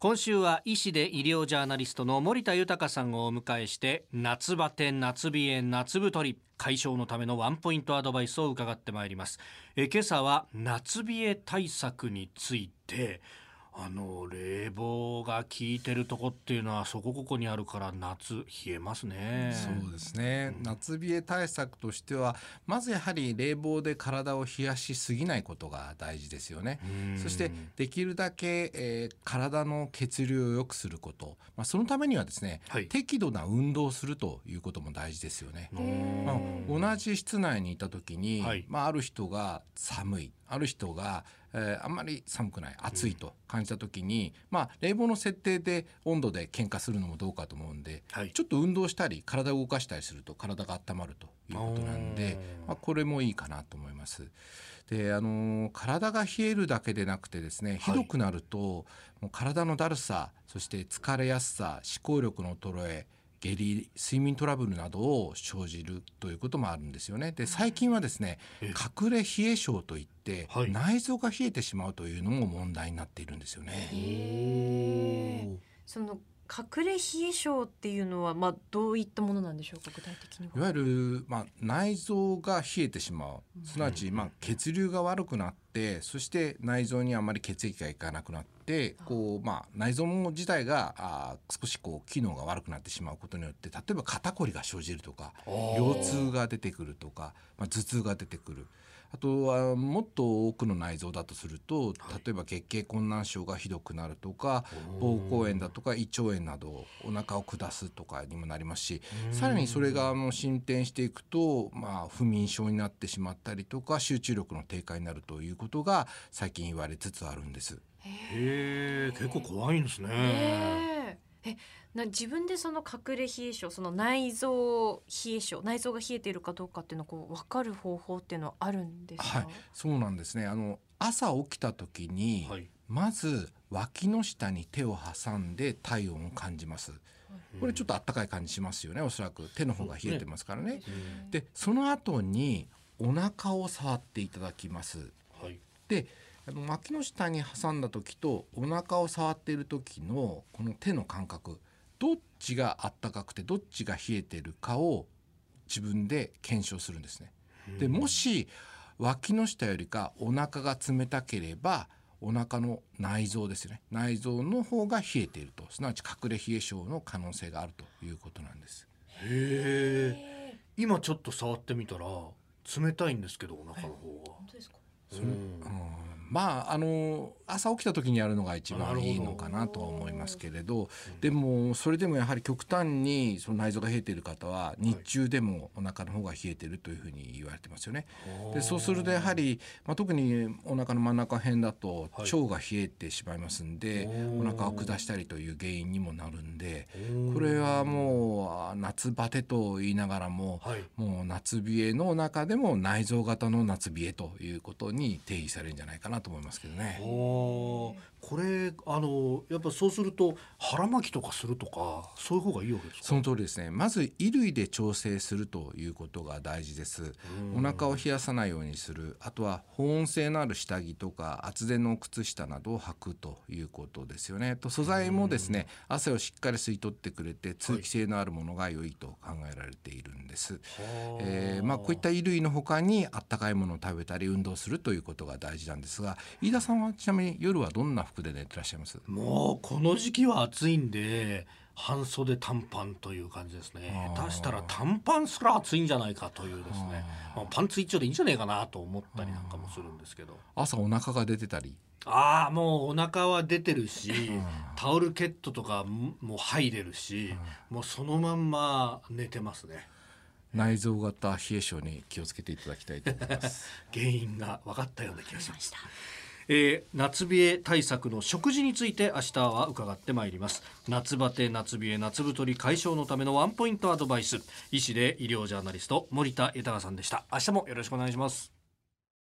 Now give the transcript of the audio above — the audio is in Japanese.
今週は医師で医療ジャーナリストの森田豊さんをお迎えして、夏バテ、夏冷え、夏太り解消のためのワンポイントアドバイスを伺ってまいります。今朝は夏冷え対策について、冷房が効いてるとこっていうのはそこここにあるから夏冷えますね。 そうですね、夏冷え対策としてはまずやはり冷房で体を冷やしすぎないことが大事ですよね。そしてできるだけ、体の血流を良くすること、そのためにはですね、適度な運動をするということも大事ですよね。同じ室内にいた時に、ある人が寒い、ある人が、あんまり寒くない、暑いと感じた時に、冷房の設定で温度で喧嘩するのもどうかと思うんで、ちょっと運動したり体を動かしたりすると体が温まるということなんで、これもいいかなと思います。で、体が冷えるだけでなくてですね、ひどくなると、もう体のだるさ、そして疲れやすさ、思考力の衰え、下痢、睡眠トラブルなどを生じるということもあるんですよね。で、最近はですね、隠れ冷え症といって、内臓が冷えてしまうというのも問題になっているんですよね。 その隠れ冷え症っていうのは、どういったものなんでしょうか、具体的には。 いわゆる、内臓が冷えてしまう、すなわち、血流が悪くなって、そして内臓にあまり血液がいかなくなって、内臓自体が少し機能が悪くなってしまうことによって、例えば肩こりが生じるとか、腰痛が出てくるとか、頭痛が出てくる。あとはもっと多くの内臓だとすると、例えば月経困難症がひどくなるとか、膀胱炎だとか胃腸炎などお腹を下すとかにもなりますし、さらにそれが進展していくと、不眠症になってしまったりとか、集中力の低下になるということが最近言われつつあるんです。 結構怖いんですね。 自分でその隠れ冷え症、その内臓冷え症、内臓が冷えているかどうかっていうのを分かる方法っていうのはあるんですか？ そうなんですね。朝起きた時に、まず脇の下に手を挟んで体温を感じます。これちょっと暖かい感じしますよね。おそらく手の方が冷えてますからね。で、その後にお腹を触っていただきます。で、脇の下に挟んだ時とお腹を触っている時のこの手の感覚、どっちが暖かくてどっちが冷えているかを自分で検証するんですね。で、もし脇の下よりかお腹が冷たければ、お腹の内臓ですね、内臓の方が冷えていると、すなわち隠れ冷え症の可能性があるということなんです。 今ちょっと触ってみたら冷たいんですけど、お腹の方が。 本当ですか？ 朝起きた時にやるのが一番いいのかなとは思いますけれど、でもそれでもやはり極端にその内臓が冷えている方は日中でもお腹の方が冷えているというふうに言われてますよね。で、そうするとやはり、特にお腹の真ん中辺だと腸が冷えてしまいますんで、お腹を下したりという原因にもなるんで、これはもう夏バテと言いながらも、もう夏冷えの中でも内臓型の夏冷えということに定義されるんじゃないかなと思いますけどね。 これやっぱそうすると腹巻きとかするとか、そういう方がいいわけですか？ その通りですね。まず衣類で調整するということが大事です。お腹を冷やさないようにする、あとは保温性のある下着とか厚手の靴下などを履くということですよね。素材もですね、汗をしっかり吸い取ってくれて通気性のあるものが良いと考えられているんです。こういった衣類の他にあったかいものを食べたり運動するということが大事なんですが、飯田さんはちなみに夜はどんな服で寝てらっしゃいます？ もうこの時期は暑いんで半袖短パンという感じですね。下手したら短パンすら暑いんじゃないかというですね、パンツ一丁でいいんじゃないかなと思ったりなんかもするんですけど、 朝お腹が出てたり。 もうお腹は出てるし、タオルケットとかも入れるし、もうそのまんま寝てますね。 内臓型冷え症に気をつけていただきたいと思います原因が分かったような気がしました。夏冷え対策の食事について明日は伺ってまいります。夏バテ、夏冷え、夏太り解消のためのワンポイントアドバイス、医師で医療ジャーナリスト森田豊さんでした。明日もよろしくお願いします。